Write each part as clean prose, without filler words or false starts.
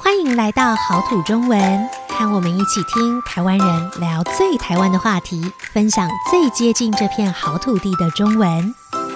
欢迎来到好土中文，和我们一起听台湾人聊最台湾的话题，分享最接近这片好土地的中文。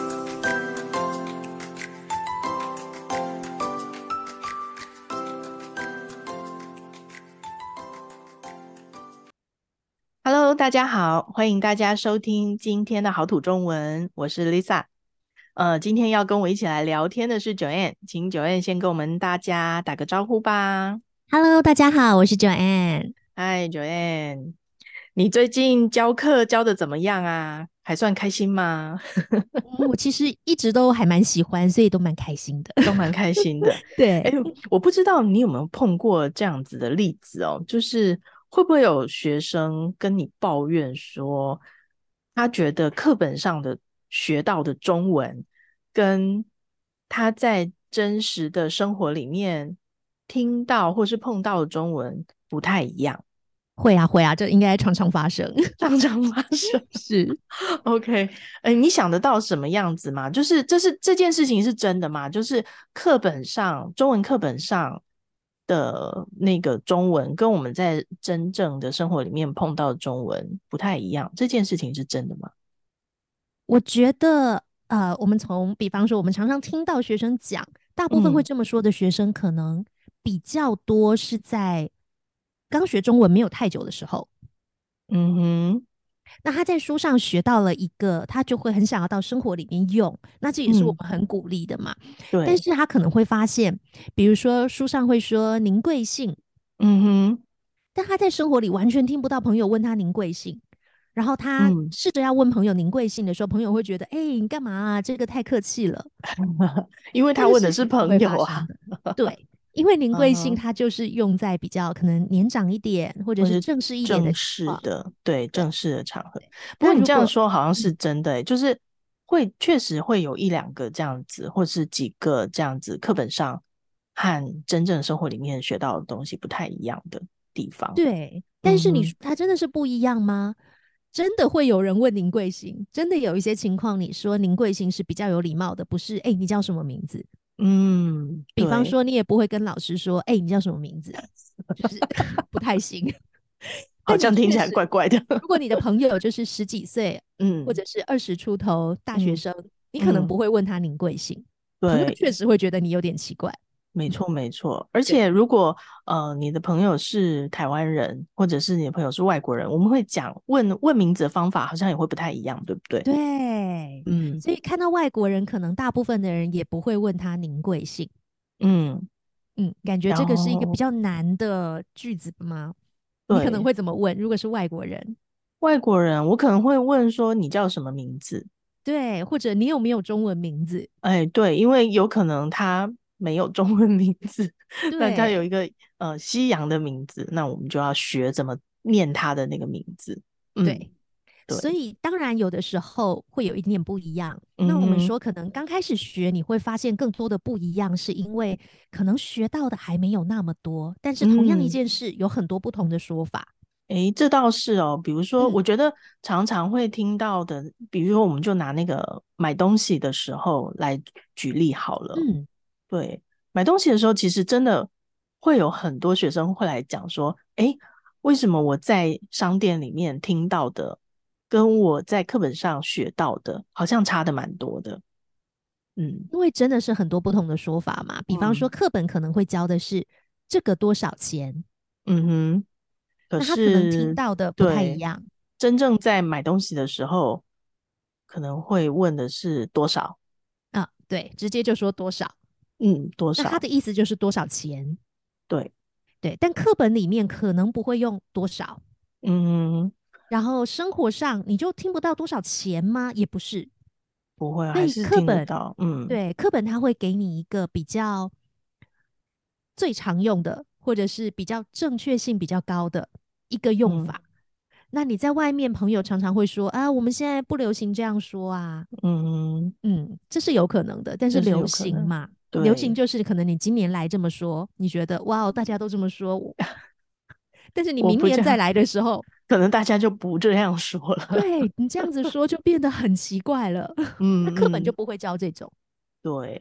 Hello，大家好，欢迎大家收听今天的好土中文，我是 Lisa。今天要跟我一起来聊天的是 Joanne，请 Joanne 先跟我们大家打个招呼吧。 Hello，大家好，我是 Joanne。 嗨，Joanne，你最近教课教的怎么样啊？还算开心吗？ 我其实一直都还蛮喜欢，所以都蛮开心的。 都蛮开心的。哎， 对， 我不知道你有没有碰过这样子的例子哦，就是会不会有学生跟你抱怨说，他觉得课本上的学到的中文跟他在真实的生活里面听到或是碰到的中文不太一样， 会啊会啊，这应该常常发生。 常常发生。 是， OK，你想得到什么样子吗？就是这件事情是真的吗？就是课本上中文课本上的那个中文，跟我们在真正的生活里面碰到的中文不太一样，这件事情是真的吗？ 我觉得我们从比方说，我们常常听到学生讲，大部分会嗯这么说的学生，可能比较多是在刚学中文没有太久的时候。 嗯哼那他在书上学到了一个，他就会很想要到生活里面用，那这也是我嗯， 们很鼓励的嘛。但对， 是他可能会发现，比如说书上会说"您贵姓"， 嗯哼但他在生活里完全听不到朋友问他"您贵姓"。然后他嗯， 试着要问朋友"您贵姓"的时候，朋友会觉得："哎、你干嘛啊？这个太客气了。" 因为这个他问的是事情是会朋友啊， 发生的。对，因为"您贵姓" 嗯哼， 它就是用在比较可能年长一点或者或是是正式一点的正情况。 式的，对， 对正式的场合。不过你这样那如果说好像是真的欸，就是确实会有一两个这样子，或是几个这样子，课本上和真正生活里面学到的东西不太一样的地方。 对，但是你嗯哼， 说它真的是不一样吗？真的会有人问您贵姓？真的有一些情况，你说您贵姓是比较有礼貌的，不是？哎，你叫什么名字？ 嗯， 比方对， 说，你也不会跟老师说，哎，你叫什么名字？就是不太行。 好但你像听起来确实， 怪怪的。 如果你的朋友就是十几岁，或嗯者是20出头大学嗯生，你可能嗯， 不会问他您贵姓，朋友确对。 实会觉得你有点奇怪。嗯， 没错，没错。而对且，如果你的朋友是台湾人，或者是你的朋友是外国人，我们会讲问名字的方法好像也会不太一样，对不对？ 对， 嗯所以看到外国人，可能大部分的人也不会问他您贵姓。 嗯， 感觉然这个是一个比后较难的句子吗？你可能对会怎么问？如果是外国人， 外国人，我可能会问说你叫什么名字？ 对，或者你有没有中文名字？ 哎，对，因为有可能他没有中文名字，那他有对一个西洋的名字，那我们就要学怎么念他的那个名字。嗯， 对，所对， 以当然有的时候会有一点不一样。那我们嗯哼， 说，可能刚开始学，你会发现更多的不一样，是因为可能学到的还没有那么多，但是同样一嗯。 件事有很多不同的说法。 诶，这倒是哦。比如说， 嗯我觉得常常会听到的，比如说，我们就拿那个买东西的时候来举例好了。 嗯， 对，买东西的时候，其实真的会有很多学生会来讲说，诶，为什么我在商店里面听到的，跟我在课本上学到的，好像差的蛮多的。嗯因为真的是很多不同的说法嘛。比方说， 嗯课本可能会教的是这个多少钱， 嗯哼。可那他可能听是， 到的不太一对， 样。 真正在买东西的时候，可能会问的是多少， 啊，对，直接就说多少， 嗯，多那他的少， 意思就是多少钱， 对， 对。但课本里面可能不会用多少， 嗯， 然后生活上你就听不到多少钱吗？也不是。 不会啊， 所以还是课本， 听得到，嗯对，课本它会给你一个比较最常用的，或者是比较正确性比较高的一个用嗯法。那你在外面，朋友常常会说啊，我们现在不流行这样说啊， 嗯， 这是有可能的，但是这是流有可能， 行嘛，流行对， 就是可能你今年来这么说，你觉得哇哦，大家都这么说，但是你明我不这样， 年再来的时候， 可能大家就不这样说了， 对你这样子说就变得很奇怪了。那课本就嗯嗯， 不会教这种， 对。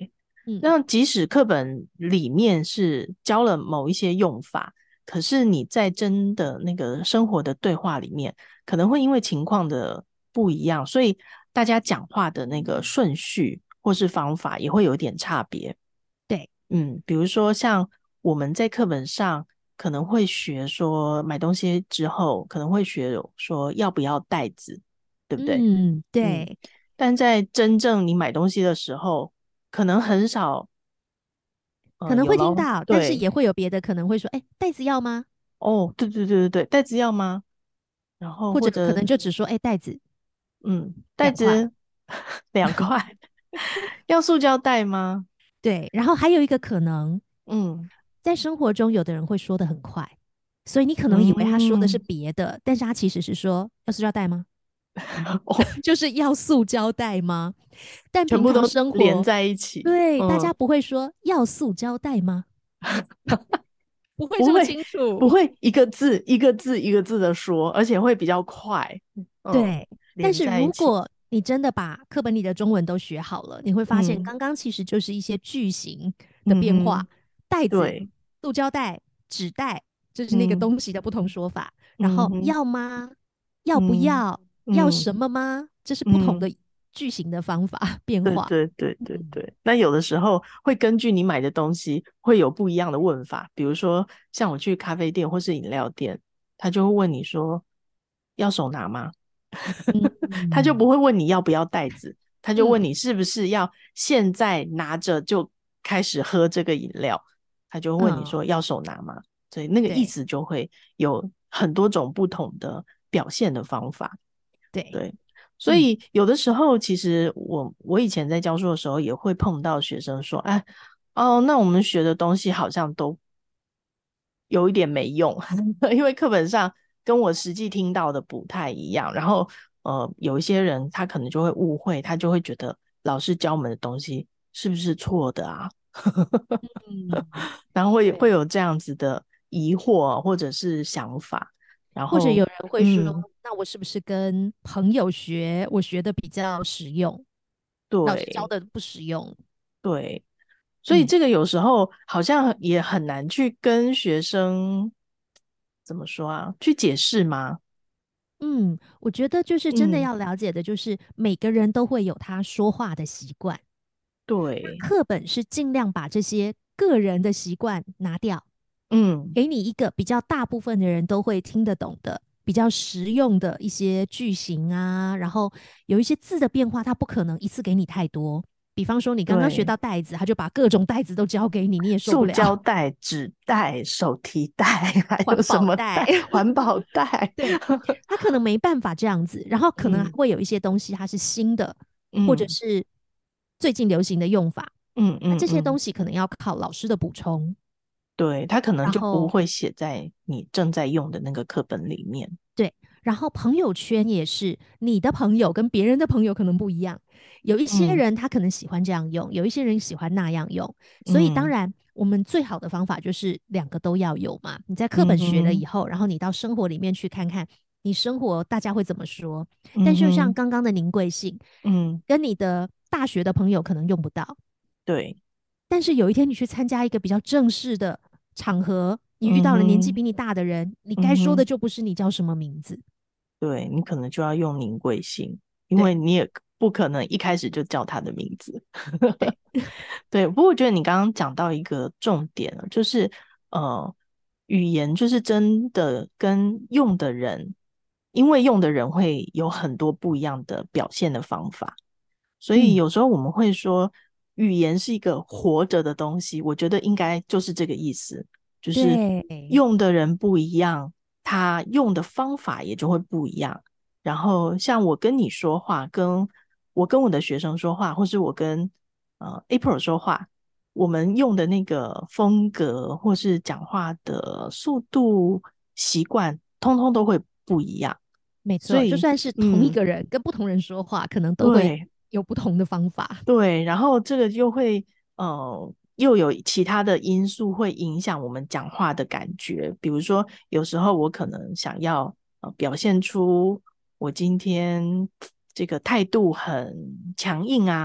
嗯那即使课本里面是教了某一些用法，可是你在真的那个生活的对话里面，可能会因为情况的不一样，所以大家讲话的那个顺序或是方法也会有点差别。 对， 比如说像我们在课本上可能会学说买东西之后可能会学说要不要袋子，对不对？嗯， 对， 但在真正你买东西的时候，可能很少可能有咯， 会听到，但是对， 也会有别的可能会说，哎，袋子要吗？ 哦，对对对对对，袋子要吗？然后或者可或者能就只说，哎，袋子2块。 袋子2块，要塑胶袋吗？ 对，然后还有一个可能， 嗯在生活中有的人会说的很快，所以你可能以为他说的是嗯， 别的，但是他其实是说要塑胶袋吗？ 哦， 就是要塑胶袋吗？但全部都平常生活， 连在一起， 对，大家不会说要塑胶袋吗？不会这么不会清楚。 不会一个字一个字一个字的说，而且会比较快， 对，但连是在一起， 如果你真的把课本里的中文都学好了，你会发现嗯刚刚其实就是一些句型的变化， 嗯哼， 袋子、 对， 塑胶袋、纸袋，就是那个嗯东西的不同说法。然后嗯哼， 要吗？要不嗯要？要嗯什么吗？这是不同嗯。 的句型的方法变对化。 对对对嗯对，那有的时候会根据你买的东西会有不一样的问法，比如说像我去咖啡店或是饮料店，他就会问你说要手拿吗？他就嗯不会问你要不要袋子，他就问嗯你是不是要现在拿着就开始喝这个饮料，他就会问你嗯， 说要手拿吗？所以那个意对思就会有很多种不同的表现的方法。 对， 对，所嗯以有的时候，其实我以前在教书的时候，也会碰到学生说：“哎，哦，那我们学的东西好像都有一点没用，因为课本上跟我实际听到的不太一样。”然后有一些人他可能就会误会，他就会觉得老师教我们的东西是不是错的啊？ 嗯， 然后会对。 有这样子的疑惑或者是想法，然后或者有人会说， 嗯， 那我是不是跟朋友学，我学的比较实用，老师教对的不实用？ 对。所以嗯这个有时候好像也很难去跟学生怎么说啊，去解释吗？ 嗯，我觉得就是真的嗯， 要了解的，就是每个人都会有他说话的习惯， 对， 课本是尽量把这些个人的习惯拿掉， 嗯， 给你一个比较大部分的人都会听得懂的。比较实用的一些句型啊，然后有一些字的变化，它不可能一次给你太多。比方说，你刚刚学对， 到袋子，他就把各种袋子都教给你，你也受不塑了。 胶袋、纸袋、手提袋，还有环什么保袋， 袋？环保袋。 对，他可能没办法这样子，然后可能还嗯会有一些东西它是新的，或者嗯是最近流行的用法， 嗯那这些东嗯嗯， 西可能要靠老师的补充， 对，他可能就不然后会写在你正在用的那个课本里面。 对，然后朋友圈也是，你的朋友跟别人的朋友可能不一样，有一些嗯人他可能喜欢这样用，有一些人喜欢那样用，所以当嗯然。我们最好的方法就是两个都要有嘛。你在课本学了嗯哼以后，然后你到生活里面去看看，你生活大家会怎么说。但就像嗯哼刚刚的凝贵性， 嗯， 跟你的大学的朋友可能用不到， 对， 但是有一天你去参加一个比较正式的场合，你遇到了年纪嗯哼比你大的人，你该说的嗯哼。 就不是你叫什么名字。 对，你可能就要用宁贵姓，因为对你也不可能一开始就叫他的名字。 对， 对，不过我觉得你刚刚讲到一个重点了，就是语言就是真的跟用的人，因为用的人会有很多不一样的表现的方法，所以嗯， 有时候我们会说语言是一个活着的东西，我觉得应该就是这个意思，就是对， 用的人不一样，他用的方法也就会不一样。然后像我跟你说话，跟我跟我的学生说话，或是我跟April 说话，我们用的那个风格或是讲话的速度、习惯，通通都会不一样。 没错，就所以， 算是同一个人跟不同人说话，可能都会对有不同的方法。 对，然后这个又会又有其他的因素会影响我们讲话的感觉，比如说有时候我可能想要表现出我今天这个态度很强硬啊，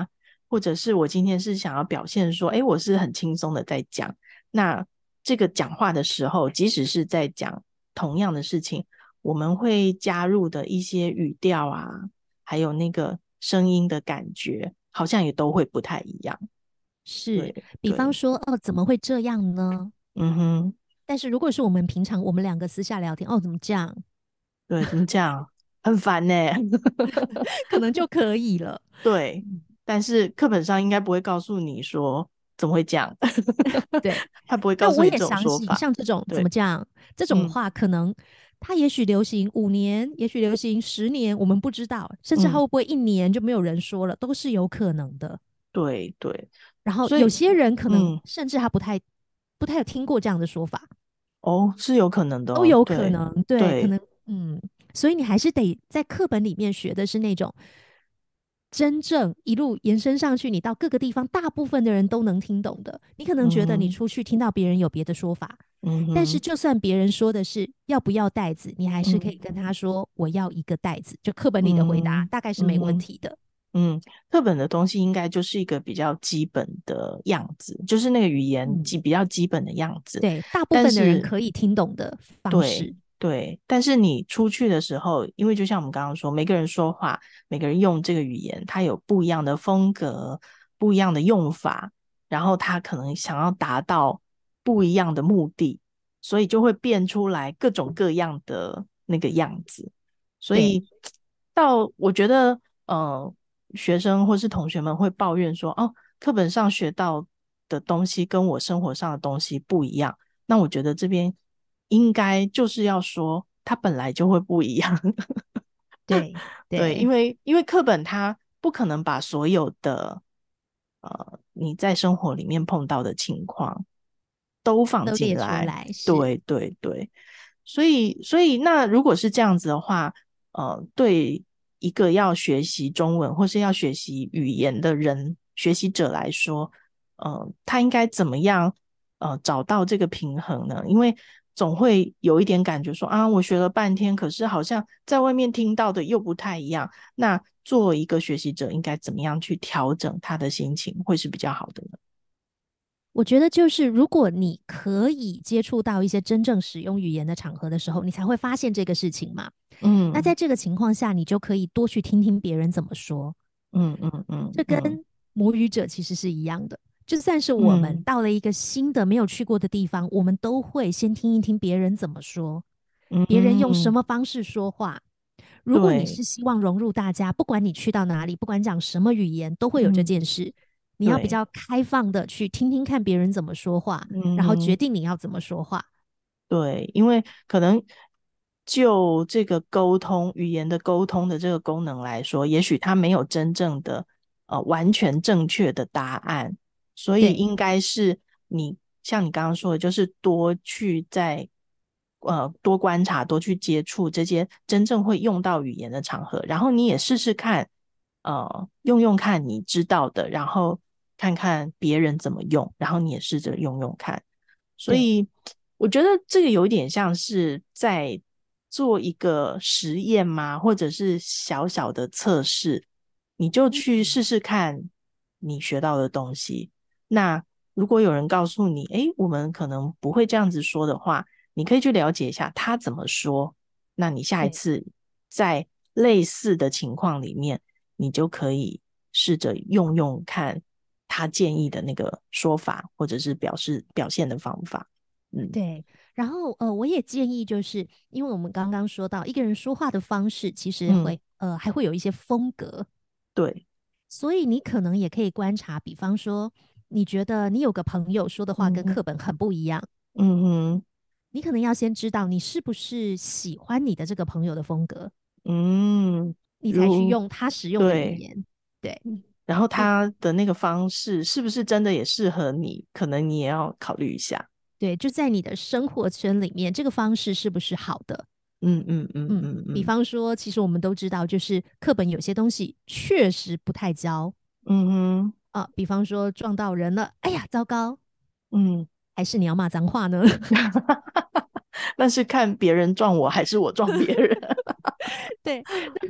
或者是我今天是想要表现说，诶，我是很轻松的在讲，那这个讲话的时候，即使是在讲同样的事情，我们会加入的一些语调啊，还有那个声音的感觉，好像也都会不太一样。 是， 对比方对， 说，哦，怎么会这样呢？ 嗯哼， 但是如果是我们平常我们两个私下聊天，哦，怎么这样， 对，怎么讲？很烦呢、 可能就可以了。 对，但是课本上应该不会告诉你说怎么会这样， 对， 他不会告那我也诉你这种相信， 说法。 像这种怎对， 么讲，这种嗯话可能它也许流行5年，也许流行10年，我们不知道，甚至它嗯， 会不会1年就没有人说了，都是有可能的。 对对， 然后所以有些人可能嗯， 甚至他不太有听过这样的说法， 哦，是有可能的哦， 都有可对能，对，可对， 能，所以你还是得在课本里面学的是那种真正一路延伸上去，你到各个地方，大部分的人都能听懂的。你可能觉得你嗯哼出去听到别人有别的说法，但是嗯哼就算别人说的是要不要袋子，你还是可以嗯跟他说我要一个袋子，就课本里的回答嗯大概是没问嗯哼题的。 嗯，课本的东西应该就是一个比较基本的样子，就是那个语言嗯， 比较基本的样子。 对，大部分的人但是， 可以听懂的方对式。 对，但是你出去的时候，因为就像我们刚刚说，每个人说话，每个人用这个语言，他有不一样的风格，不一样的用法，然后他可能想要达到不一样的目的，所以就会变出来各种各样的那个样子。所对， 以到我觉得，学生或是同学们会抱怨说，哦，课本上学到的东西跟我生活上的东西不一样。那我觉得这边应该就是要说，它本来就会不一样。 对， 对，因对， 为因为课本它不可能把所有的你在生活里面碰到的情况都放都列出进来。 来是。 对对对，所以那如果是这样子的话，对一个要学习中文或是要学习语言的人学习者来说，他应该怎么样找到这个平衡呢？因为总会有一点感觉说啊，我学了半天，可是好像在外面听到的又不太一样。那作为一个学习者，应该怎么样去调整他的心情，会是比较好的呢？ 我觉得就是，如果你可以接触到一些真正使用语言的场合的时候，你才会发现这个事情嘛。那在嗯这个情况下，你就可以多去听听别人怎么说。 嗯嗯嗯这跟嗯母语者其实是一样的。就算是我们嗯到了一个新的没有去过的地方，我们都会先听一听别人怎么说，别人用什嗯， 么方式说话。如果你对， 是希望融入大家，不管你去到哪里，不管讲什么语言，都会有这嗯件事。你要比对， 较开放的去听听看别人怎么说话，然后决嗯哼。 定你要怎么说话。 对，因为可能就这个沟通语言的沟通的这个功能来说，也许它没有真正的完全正确的答案，所以对应该是你像你刚刚说的，就是多去多观察，多去接触这些真正会用到语言的场合，然后你也试试看，用用看你知道的，然后看看别人怎么用，然后你也试着用用看。所对， 以我觉得这个有一点像是在做一个实验嘛，或者是小小的测试，你就去试试看你学到的东西。那如果有人告诉你，诶，我们可能不会这样子说的话，你可以去了解一下他怎么说。那你下一对。 次在类似的情况里面，你就可以试着用用看他建议的那个说法，或者是表现的方法。嗯对，然后我也建议，就是因为我们刚刚说到一个人说话的方式，其实嗯， 还会有一些风格， 对， 所以你可能也可以观察，比方说，你觉得你有个朋友说的话跟嗯哼课本很不一样， 嗯哼你可能要先知道你是不是喜欢你的这个朋友的风格， 嗯， 你才去如用他使用的语对， 言。对， 然后你他的那个方式是不是真的也适合你？可能你也要考虑一下。 对，就在你的生活圈里面，这个方式是不是好的？ 嗯嗯嗯嗯，比嗯嗯方说，其实我们都知道，就是课本有些东西确实不太教嗯哼啊，比方说撞到人了，哎呀，糟糕， 嗯， 还是你要骂脏话呢？ 那是看别人撞我还是我撞别人？ 对，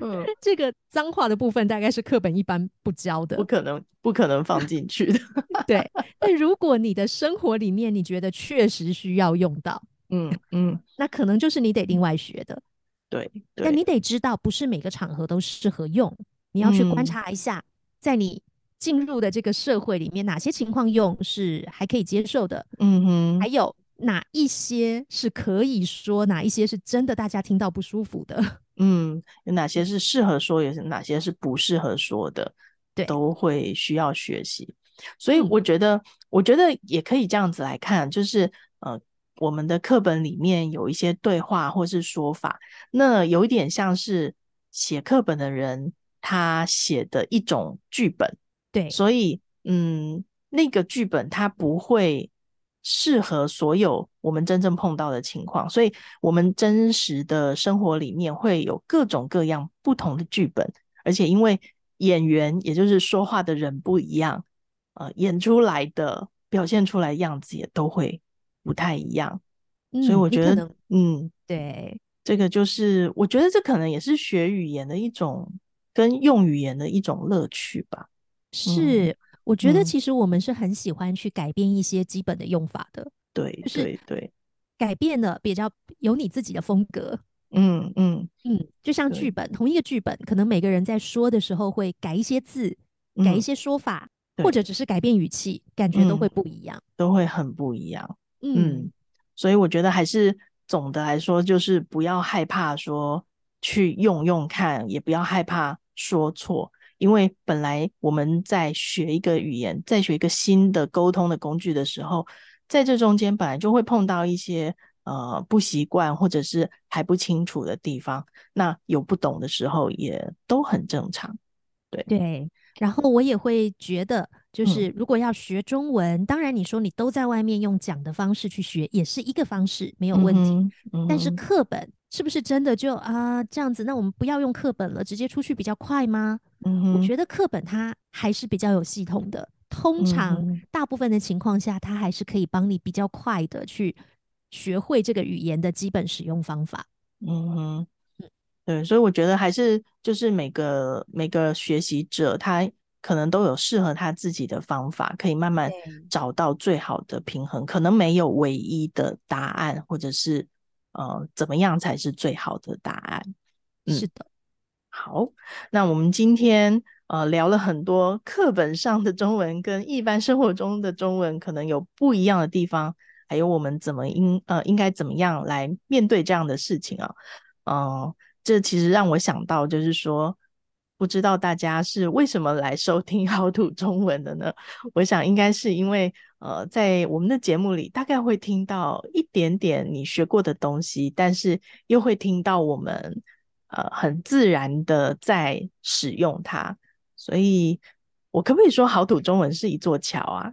嗯， 这个脏话的部分大概是课本一般不教的， 不可能放进去的。 对。但如果你的生活里面你觉得确实需要用到， 嗯嗯， 那可能就是你得另外学的。 对但你对， 得知道，不是每个场合都适合用，你要去观嗯察一下，在你进入的这个社会里面，哪些情况用是还可以接受的， 嗯哼。 还有哪一些是可以说，哪一些是真的大家听到不舒服的。 嗯，有哪些是适合说，有哪些是不适合说的， 对， 都会需要学习。所以嗯， 我觉得也可以这样子来看，就是我们的课本里面有一些对话或是说法，那有一点像是写课本的人他写的一种剧本， 对， 所以那个剧本它不会适合所有我们真正碰到的情况，所以我们真实的生活里面会有各种各样不同的剧本，而且因为演员也就是说话的人不一样，演出来的表现出来的样子也都会不太一样，所以嗯， 我觉得你可能嗯。 对， 这个就是我觉得这可能也是学语言的一种跟用语言的一种乐趣吧。嗯是，我觉得嗯， 其实我们是很喜欢去改变一些基本的用法的， 对就是对对， 改变了比较有你自己的风格。 嗯嗯就像剧对本，同一个剧本，可能每个人在说的时候会改一些字，改一嗯些说法，或者对只是改变语气，感觉都会嗯不一样。 都会很不一样。 嗯， 嗯，所以我觉得还是总的来说，就是不要害怕说去用用看，也不要害怕说错，因为本来我们在学一个语言，在学一个新的沟通的工具的时候，在这中间本来就会碰到一些不习惯或者是还不清楚的地方，那有不懂的时候也都很正常。对， 对。然后我也会觉得，就嗯是如果要学中文，当然你说你都在外面用讲的方式去学，也是一个方式，没有问题。 嗯哼嗯但是哼课本是不是真的就这样子？那我们不要用课本了，直接出去比较快吗？ 嗯哼我觉得课本它还是比较有系统的，通常嗯哼大部分的情况下，它还是可以帮你比较快的去学会这个语言的基本使用方法。 嗯哼。对，所以我觉得还是就是每个学习者，他可能都有适合他自己的方法，可以慢慢对， 找到最好的平衡。可能没有唯一的答案，或者是怎么样才是最好的答案。嗯， 是的， 好，那我们今天聊了很多课本上的中文跟一般生活中的中文可能有不一样的地方，还有我们应该怎么样来面对这样的事情啊？嗯、这其实让我想到，就是说，不知道大家是为什么来收听好土中文的呢？我想应该是因为在我们的节目里，大概会听到一点点你学过的东西，但是又会听到我们很自然的在使用它，所以我可不可以说好土中文是一座桥啊？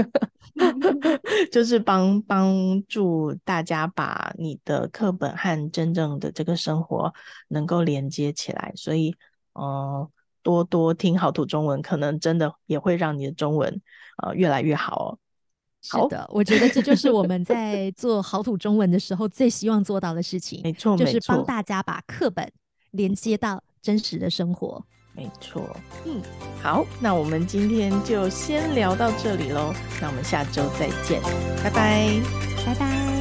就是帮助大家把你的课本和真正的这个生活能够连接起来，所以多多听好土中文，可能真的也会让你的中文越来越好哦。好， 是的，我觉得这就是我们在做好土中文的时候最希望做到的事情， 没错就是帮没错大家把课本连接到真实的生活。 没错。 嗯， 好，那我们今天就先聊到这里喽，那我们下周再见，拜拜。 拜拜。